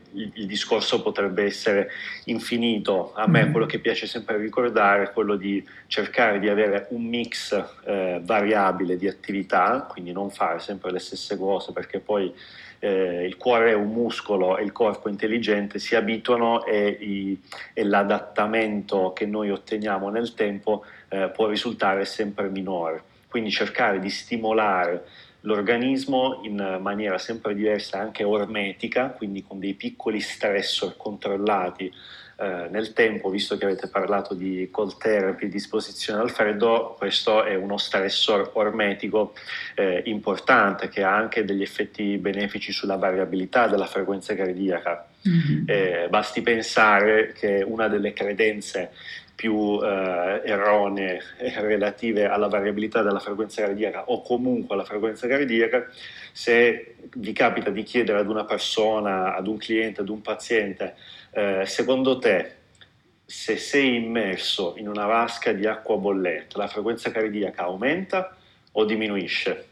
il, il discorso potrebbe essere infinito. A me quello che piace sempre ricordare è quello di cercare di avere un mix eh, variabile di attività, quindi non fare sempre le stesse cose, perché poi eh, il cuore è un muscolo e il corpo intelligente si abituano, e, i, e l'adattamento che noi otteniamo nel tempo eh, può risultare sempre minore. Quindi cercare di stimolare l'organismo in maniera sempre diversa, anche ormetica, quindi con dei piccoli stressor controllati eh, nel tempo. Visto che avete parlato di cold therapy, di esposizione al freddo, questo è uno stressor ormetico eh, importante, che ha anche degli effetti benefici sulla variabilità della frequenza cardiaca. Mm-hmm. Eh, basti pensare che una delle credenze più eh, erronee relative alla variabilità della frequenza cardiaca, o comunque alla frequenza cardiaca, se vi capita di chiedere ad una persona, ad un cliente, ad un paziente, eh, secondo te, se sei immerso in una vasca di acqua bollente, la frequenza cardiaca aumenta o diminuisce?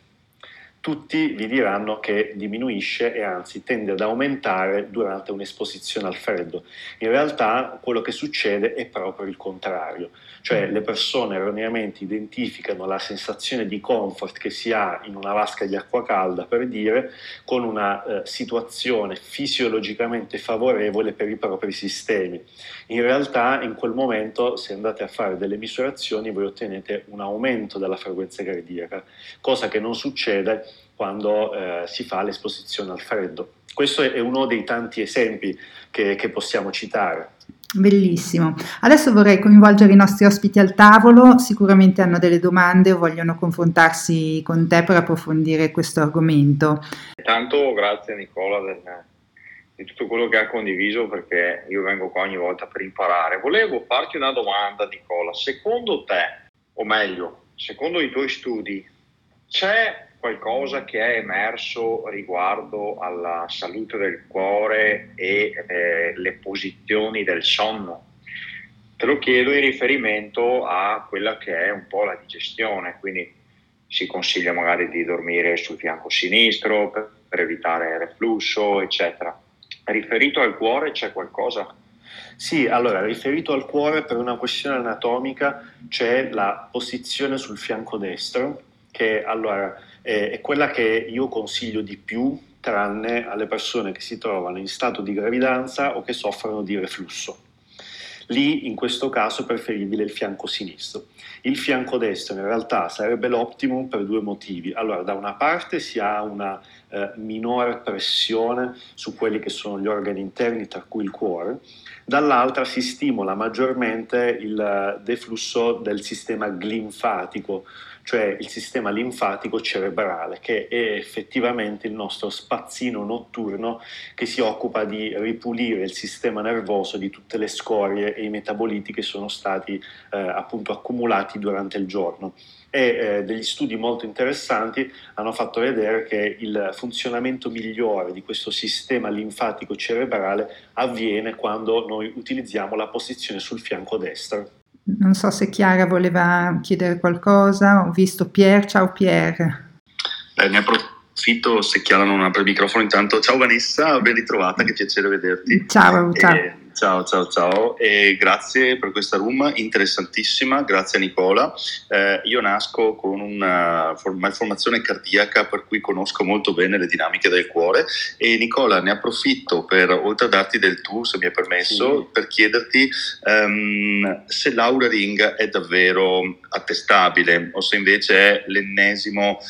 Tutti vi diranno che diminuisce, e anzi tende ad aumentare durante un'esposizione al freddo. In realtà quello che succede è proprio il contrario, cioè le persone erroneamente identificano la sensazione di comfort che si ha in una vasca di acqua calda, per dire, con una eh, situazione fisiologicamente favorevole per i propri sistemi. In realtà in quel momento, se andate a fare delle misurazioni, voi ottenete un aumento della frequenza cardiaca, cosa che non succede quando eh, si fa l'esposizione al freddo. Questo è uno dei tanti esempi che, che possiamo citare. Bellissimo. Adesso vorrei coinvolgere i nostri ospiti al tavolo, sicuramente hanno delle domande o vogliono confrontarsi con te per approfondire questo argomento. Intanto grazie Nicola del, di tutto quello che ha condiviso, perché io vengo qua ogni volta per imparare. Volevo farti una domanda, Nicola. Secondo te, o meglio, secondo i tuoi studi, c'è qualcosa che è emerso riguardo alla salute del cuore e eh, le posizioni del sonno? Te lo chiedo in riferimento a quella che è un po' la digestione, quindi si consiglia magari di dormire sul fianco sinistro per, per evitare reflusso, eccetera. Riferito al cuore c'è qualcosa? Sì, allora, riferito al cuore, per una questione anatomica, c'è la posizione sul fianco destro, che allora è, è quella che io consiglio di più, tranne alle persone che si trovano in stato di gravidanza o che soffrono di reflusso. Lì, in questo caso, è preferibile il fianco sinistro. Il fianco destro in realtà sarebbe l'optimum per due motivi. Allora, da una parte si ha una eh, minore pressione su quelli che sono gli organi interni, tra cui il cuore, dall'altra si stimola maggiormente il deflusso del sistema glinfatico, cioè il sistema linfatico cerebrale, che è effettivamente il nostro spazzino notturno che si occupa di ripulire il sistema nervoso di tutte le scorie e i metaboliti che sono stati eh, appunto accumulati durante il giorno. E eh, degli studi molto interessanti hanno fatto vedere che il funzionamento migliore di questo sistema linfatico cerebrale avviene quando noi utilizziamo la posizione sul fianco destro. Non so se Chiara voleva chiedere qualcosa, ho visto Pier, ciao Pier. Eh, ne approfitto se Chiara non apre il microfono intanto. Ciao Vanessa, ben ritrovata, che piacere vederti. Ciao, ciao. Eh, ciao, ciao, ciao, e grazie per questa room interessantissima, grazie a Nicola. Eh, io nasco con una malformazione cardiaca, per cui conosco molto bene le dinamiche del cuore, e Nicola, ne approfitto per, oltre a darti del tu, se mi è permesso, sì, per chiederti um, se l'Oura Ring è davvero attestabile o se invece è l'ennesimo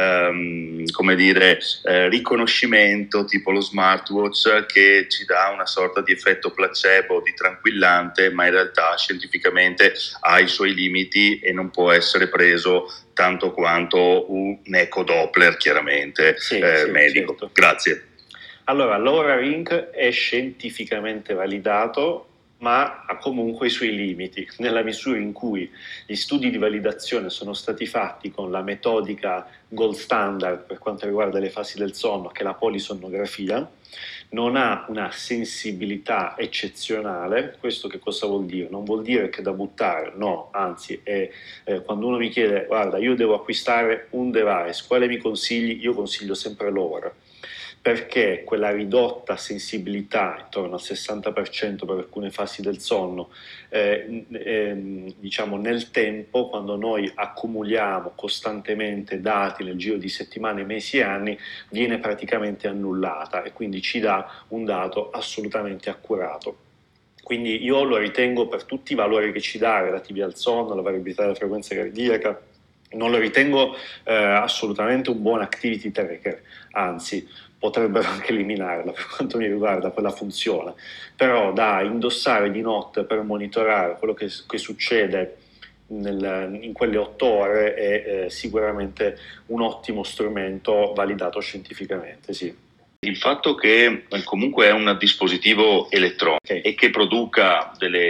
um, come dire, eh, riconoscimento tipo lo smartwatch che ci dà una sorta di effetto placebo, di tranquillante, ma in realtà scientificamente ha i suoi limiti e non può essere preso tanto quanto un ecodoppler, chiaramente, sì, eh, sì, medico. Certo. Grazie. Allora, l'Oura Ring è scientificamente validato, ma ha comunque i suoi limiti, nella misura in cui gli studi di validazione sono stati fatti con la metodica gold standard per quanto riguarda le fasi del sonno, che è la polisonnografia. Non ha una sensibilità eccezionale. Questo che cosa vuol dire? Non vuol dire che è da buttare, no, anzi, è, eh, quando uno mi chiede, guarda, io devo acquistare un device, quale mi consigli? Io consiglio sempre l'Oura, perché quella ridotta sensibilità, intorno al sessanta per cento per alcune fasi del sonno, eh, eh, diciamo nel tempo, quando noi accumuliamo costantemente dati nel giro di settimane, mesi e anni, viene praticamente annullata e quindi ci dà un dato assolutamente accurato. Quindi io lo ritengo, per tutti i valori che ci dà relativi al sonno, alla variabilità della frequenza cardiaca, non lo ritengo eh, assolutamente un buon activity tracker, anzi potrebbero anche eliminarla per quanto mi riguarda, quella funzione, però da indossare di notte per monitorare quello che, che succede nel, in quelle otto ore è eh, sicuramente un ottimo strumento validato scientificamente, sì. Il fatto che comunque è un dispositivo elettronico okay. e che produca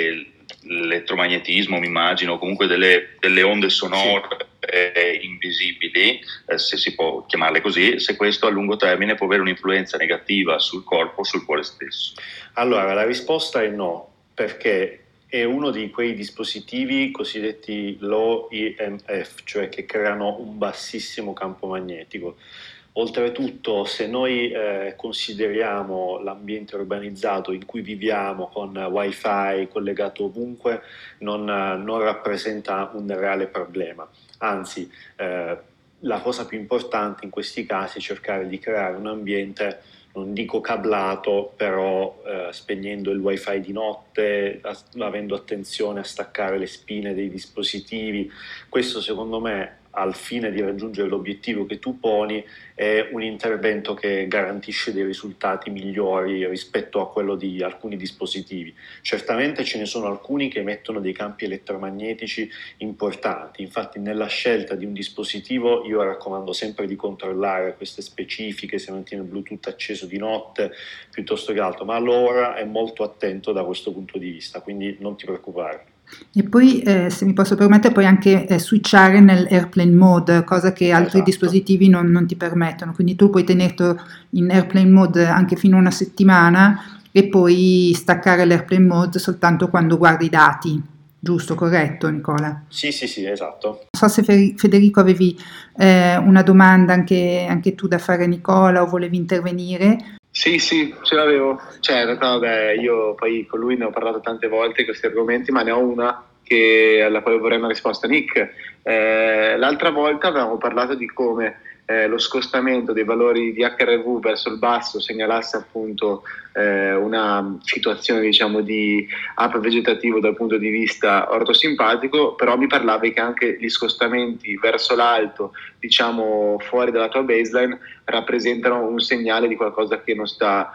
dell'elettromagnetismo, mi immagino, comunque delle, delle onde sonore sì. eh, invisibili, eh, se si può chiamarle così, se questo a lungo termine può avere un'influenza negativa sul corpo, sul cuore stesso. Allora, la risposta è no, perché è uno di quei dispositivi cosiddetti low E M F, cioè che creano un bassissimo campo magnetico. Oltretutto, se noi eh, consideriamo l'ambiente urbanizzato in cui viviamo con wifi collegato ovunque, non, non rappresenta un reale problema. Anzi, eh, la cosa più importante in questi casi è cercare di creare un ambiente, non dico cablato, però eh, spegnendo il wifi di notte, avendo attenzione a staccare le spine dei dispositivi. Questo secondo me, al fine di raggiungere l'obiettivo che tu poni, è un intervento che garantisce dei risultati migliori rispetto a quello di alcuni dispositivi. Certamente ce ne sono alcuni che emettono dei campi elettromagnetici importanti, infatti nella scelta di un dispositivo io raccomando sempre di controllare queste specifiche, se mantiene il Bluetooth acceso di notte piuttosto che altro, ma allora è molto attento da questo punto di vista, quindi non ti preoccupare. E poi, eh, se mi posso permettere, puoi anche eh, switchare nell'airplane mode, cosa che altri esatto. dispositivi non, non ti permettono, quindi tu puoi tenerlo in airplane mode anche fino a una settimana e poi staccare l'airplane mode soltanto quando guardi i dati, giusto, corretto Nicola? Sì, sì, sì, esatto. Non so se Federico avevi eh, una domanda anche, anche tu da fare a Nicola o volevi intervenire. Sì, sì, ce l'avevo. Cioè, in realtà, vabbè, io poi con lui ne ho parlato tante volte di questi argomenti, ma ne ho una che, alla quale vorrei una risposta. Nick, eh, l'altra volta avevamo parlato di come eh, lo scostamento dei valori di H R V verso il basso segnalasse appunto eh, una situazione, diciamo, di up vegetativo dal punto di vista ortosimpatico, però mi parlavi che anche gli scostamenti verso l'alto, diciamo fuori dalla tua baseline, rappresentano un segnale di qualcosa che non sta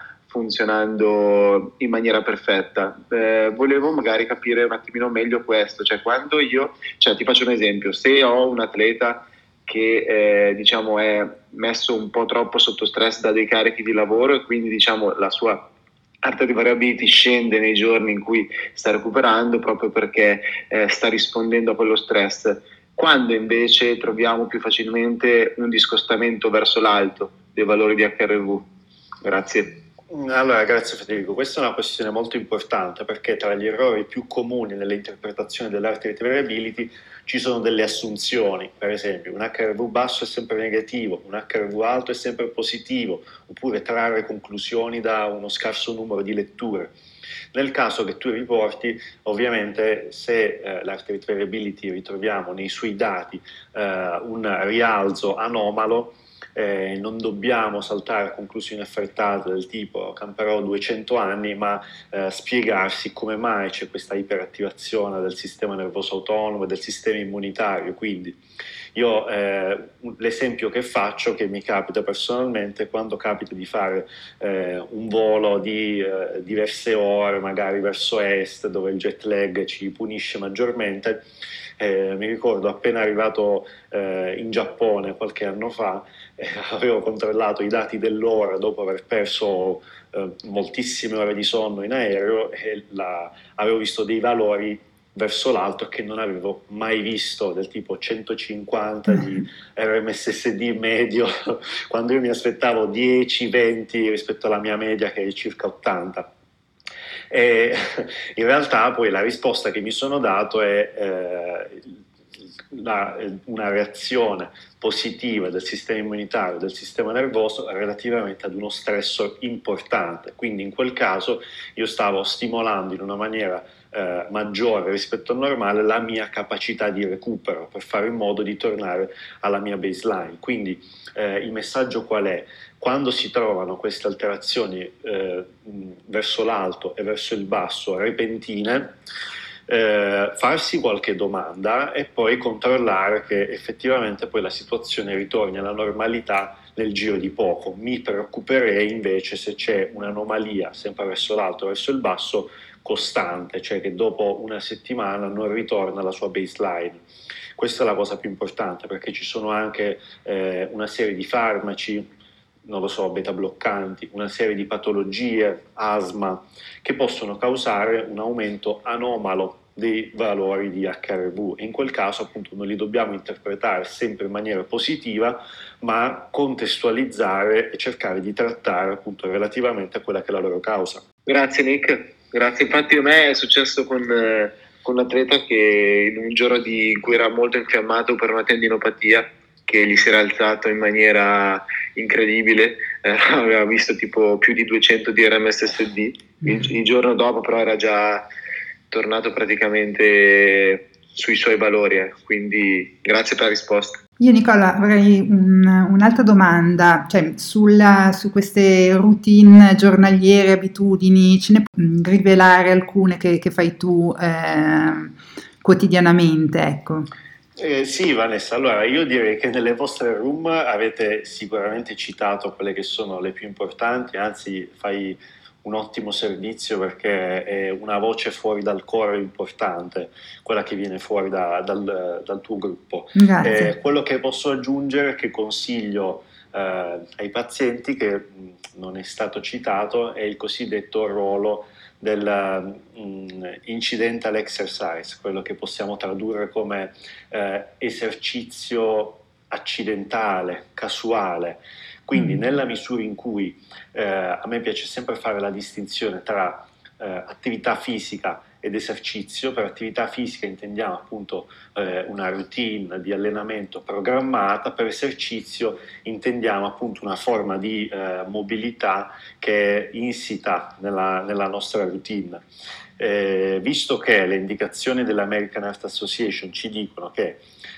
funzionando in maniera perfetta. Eh, volevo magari capire un attimino meglio questo, cioè quando io, cioè ti faccio un esempio, se ho un atleta che eh, diciamo è messo un po' troppo sotto stress da dei carichi di lavoro e quindi diciamo la sua arte di variability scende nei giorni in cui sta recuperando proprio perché eh, sta rispondendo a quello stress, quando invece troviamo più facilmente un discostamento verso l'alto dei valori di H R V. Grazie. Allora, grazie Federico, questa è una questione molto importante perché tra gli errori più comuni nell'interpretazione dell'arte di variability ci sono delle assunzioni, per esempio un H R V basso è sempre negativo, un H R V alto è sempre positivo, oppure trarre conclusioni da uno scarso numero di letture. Nel caso che tu riporti, ovviamente se eh, l'arte di variability ritroviamo nei suoi dati eh, un rialzo anomalo, Eh, non dobbiamo saltare a conclusioni affrettate del tipo camperò duecento anni, ma eh, spiegarsi come mai c'è questa iperattivazione del sistema nervoso autonomo e del sistema immunitario. Quindi io eh, l'esempio che faccio, che mi capita personalmente, quando capita di fare eh, un volo di eh, diverse ore magari verso est, dove il jet lag ci punisce maggiormente, Eh, mi ricordo appena arrivato eh, in Giappone qualche anno fa, eh, avevo controllato i dati dell'ora dopo aver perso eh, moltissime ore di sonno in aereo e la, avevo visto dei valori verso l'alto che non avevo mai visto, del tipo centocinquanta di R M S S D medio, quando io mi aspettavo dieci venti rispetto alla mia media che è circa ottanta. E in realtà poi la risposta che mi sono dato è eh, la, una reazione positiva del sistema immunitario, del sistema nervoso relativamente ad uno stressor importante. Quindi in quel caso io stavo stimolando in una maniera eh, maggiore rispetto al normale la mia capacità di recupero per fare in modo di tornare alla mia baseline. Quindi eh, il messaggio qual è? Quando si trovano queste alterazioni eh, verso l'alto e verso il basso repentine, Eh, farsi qualche domanda e poi controllare che effettivamente poi la situazione ritorni alla normalità nel giro di poco. Mi preoccuperei invece se c'è un'anomalia sempre verso l'alto, verso il basso, costante, cioè che dopo una settimana non ritorna alla sua baseline. Questa è la cosa più importante, perché ci sono anche eh, una serie di farmaci, non lo so, beta bloccanti, una serie di patologie, asma, che possono causare un aumento anomalo dei valori di acca erre vu, e in quel caso appunto non li dobbiamo interpretare sempre in maniera positiva, ma contestualizzare e cercare di trattare appunto relativamente a quella che è la loro causa. Grazie Nick, grazie. Infatti a me è successo con, eh, con un atleta che in un giorno di, in cui era molto infiammato per una tendinopatia, che gli si era alzato in maniera incredibile, eh, aveva visto tipo più di duecento di erre emme esse esse di, il, il giorno dopo però era già tornato praticamente sui suoi valori, eh. Quindi grazie per la risposta. Io Nicola avrei un, un'altra domanda, cioè sulla, su queste routine giornaliere, abitudini, ce ne puoi rivelare alcune che, che fai tu eh, quotidianamente, ecco? Eh, sì, Vanessa, allora io direi che nelle vostre room avete sicuramente citato quelle che sono le più importanti, anzi fai un ottimo servizio perché è una voce fuori dal coro importante, quella che viene fuori da, dal, dal tuo gruppo. Grazie. Eh, quello che posso aggiungere, che consiglio eh, ai pazienti, che mh, non è stato citato, è il cosiddetto ruolo del um, incidental exercise, quello che possiamo tradurre come eh, esercizio accidentale, casuale. Quindi mm. nella misura in cui eh, a me piace sempre fare la distinzione tra eh, attività fisica ed esercizio. Per attività fisica intendiamo appunto eh, una routine di allenamento programmata, per esercizio intendiamo appunto una forma di eh, mobilità che è insita nella, nella nostra routine. Eh, visto che le indicazioni dell'American Heart Association ci dicono che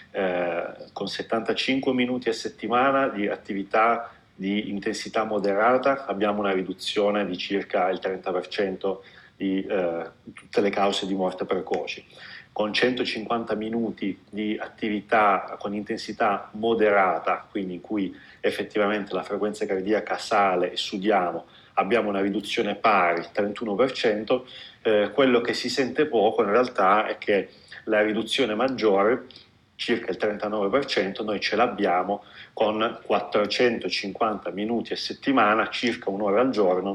eh, con settantacinque minuti a settimana di attività di intensità moderata abbiamo una riduzione di circa il trenta per cento di eh, tutte le cause di morte precoci. Con centocinquanta minuti di attività con intensità moderata, quindi in cui effettivamente la frequenza cardiaca sale e sudiamo, abbiamo una riduzione pari, trentuno per cento. Eh, quello che si sente poco in realtà è che la riduzione maggiore, circa il trentanove per cento, noi ce l'abbiamo con quattrocentocinquanta minuti a settimana, circa un'ora al giorno,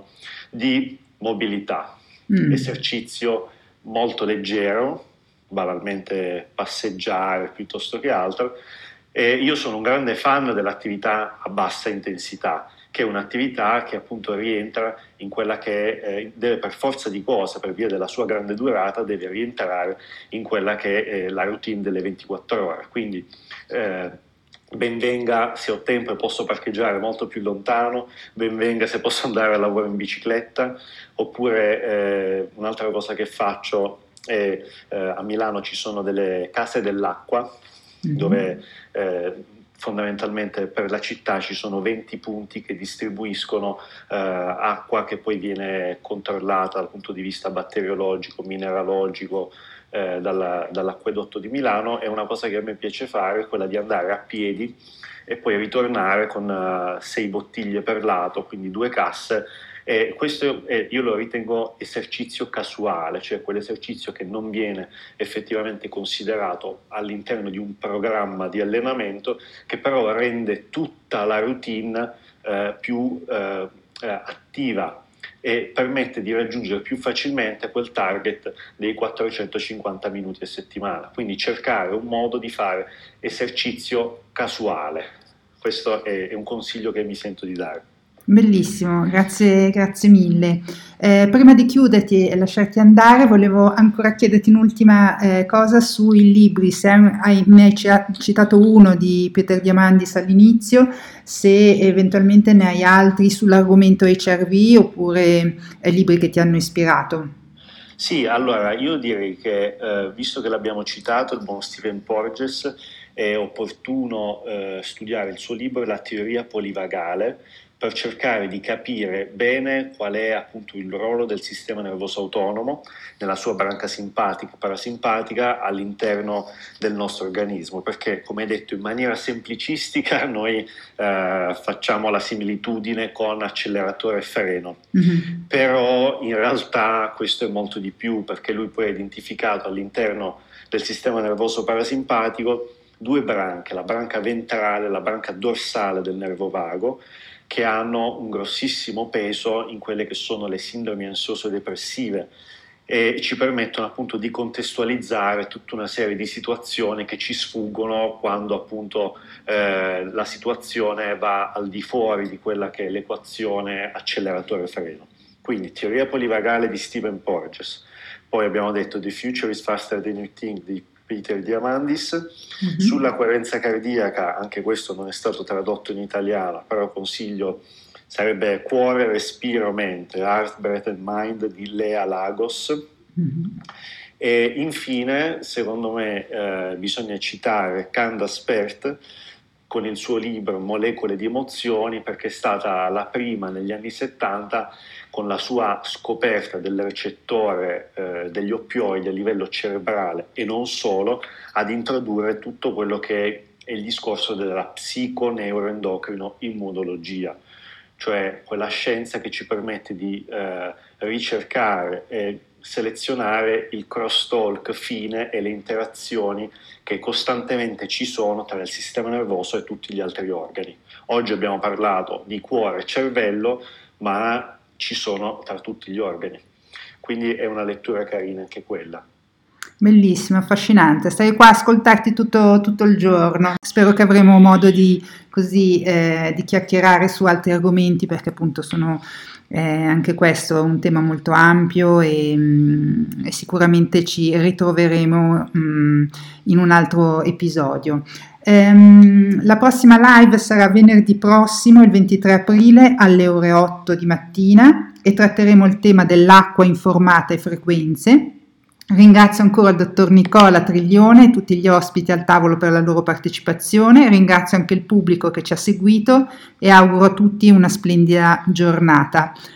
di mobilità, mm. esercizio molto leggero, banalmente passeggiare piuttosto che altro. E io sono un grande fan dell'attività a bassa intensità, che è un'attività che appunto rientra in quella che eh, deve per forza di cose, per via della sua grande durata, deve rientrare in quella che è la routine delle ventiquattro ore. Quindi eh, ben venga se ho tempo e posso parcheggiare molto più lontano, ben venga se posso andare a lavoro in bicicletta, oppure eh, un'altra cosa che faccio è eh, a Milano ci sono delle case dell'acqua, mm-hmm. dove eh, fondamentalmente per la città ci sono venti punti che distribuiscono eh, acqua che poi viene controllata dal punto di vista batteriologico, mineralogico, eh, dalla, dall'acquedotto di Milano. E una cosa che a me piace fare è quella di andare a piedi e poi ritornare con uh, sei bottiglie per lato, quindi due casse. E questo è, io lo ritengo esercizio casuale, cioè quell'esercizio che non viene effettivamente considerato all'interno di un programma di allenamento, che però rende tutta la routine eh, più eh, eh, attiva e permette di raggiungere più facilmente quel target dei quattrocentocinquanta minuti a settimana. Quindi cercare un modo di fare esercizio casuale. Questo è, è un consiglio che mi sento di dare. Bellissimo, grazie, grazie mille. Eh, prima di chiuderti e lasciarti andare, volevo ancora chiederti un'ultima eh, cosa sui libri. Se hai, mi hai citato uno di Peter Diamandis all'inizio, se eventualmente ne hai altri sull'argomento H R V oppure eh, libri che ti hanno ispirato. Sì, allora io direi che eh, visto che l'abbiamo citato, il buon Stephen Porges, è opportuno eh, studiare il suo libro La teoria polivagale, per cercare di capire bene qual è appunto il ruolo del sistema nervoso autonomo nella sua branca simpatica e parasimpatica all'interno del nostro organismo, perché come detto in maniera semplicistica noi eh, facciamo la similitudine con acceleratore e freno, mm-hmm. Però in realtà questo è molto di più, perché lui poi ha identificato all'interno del sistema nervoso parasimpatico due branche, la branca ventrale e la branca dorsale del nervo vago, che hanno un grossissimo peso in quelle che sono le sindromi ansioso-depressive e ci permettono appunto di contestualizzare tutta una serie di situazioni che ci sfuggono quando appunto eh, la situazione va al di fuori di quella che è l'equazione acceleratore-freno. Quindi teoria polivagale di Stephen Porges, poi abbiamo detto The Future is Faster Than You Think di Peter Diamandis, mm-hmm. Sulla coerenza cardiaca, anche questo non è stato tradotto in italiano, però consiglio, sarebbe Cuore, Respiro, Mente, Heart, Breath and Mind di Lea Lagos, mm-hmm. E infine, secondo me, eh, bisogna citare Candace Pert con il suo libro Molecole di emozioni, perché è stata la prima negli anni settanta, con la sua scoperta del recettore eh, degli oppioidi a livello cerebrale e non solo, ad introdurre tutto quello che è il discorso della psiconeuroendocrino immunologia, cioè quella scienza che ci permette di eh, ricercare e selezionare il crosstalk fine e le interazioni che costantemente ci sono tra il sistema nervoso e tutti gli altri organi. Oggi abbiamo parlato di cuore e cervello, ma ci sono tra tutti gli organi, quindi è una lettura carina anche quella. Bellissimo, affascinante, stai qua a ascoltarti tutto, tutto il giorno. Spero che avremo modo di, così, eh, di chiacchierare su altri argomenti, perché appunto sono eh, anche questo un tema molto ampio e, mh, e sicuramente ci ritroveremo mh, in un altro episodio. Um, la prossima live sarà venerdì prossimo, il ventitré aprile, alle ore otto di mattina, e tratteremo il tema dell'acqua informata e frequenze. Ringrazio ancora il dottor Nicola Triglione e tutti gli ospiti al tavolo per la loro partecipazione, ringrazio anche il pubblico che ci ha seguito e auguro a tutti una splendida giornata.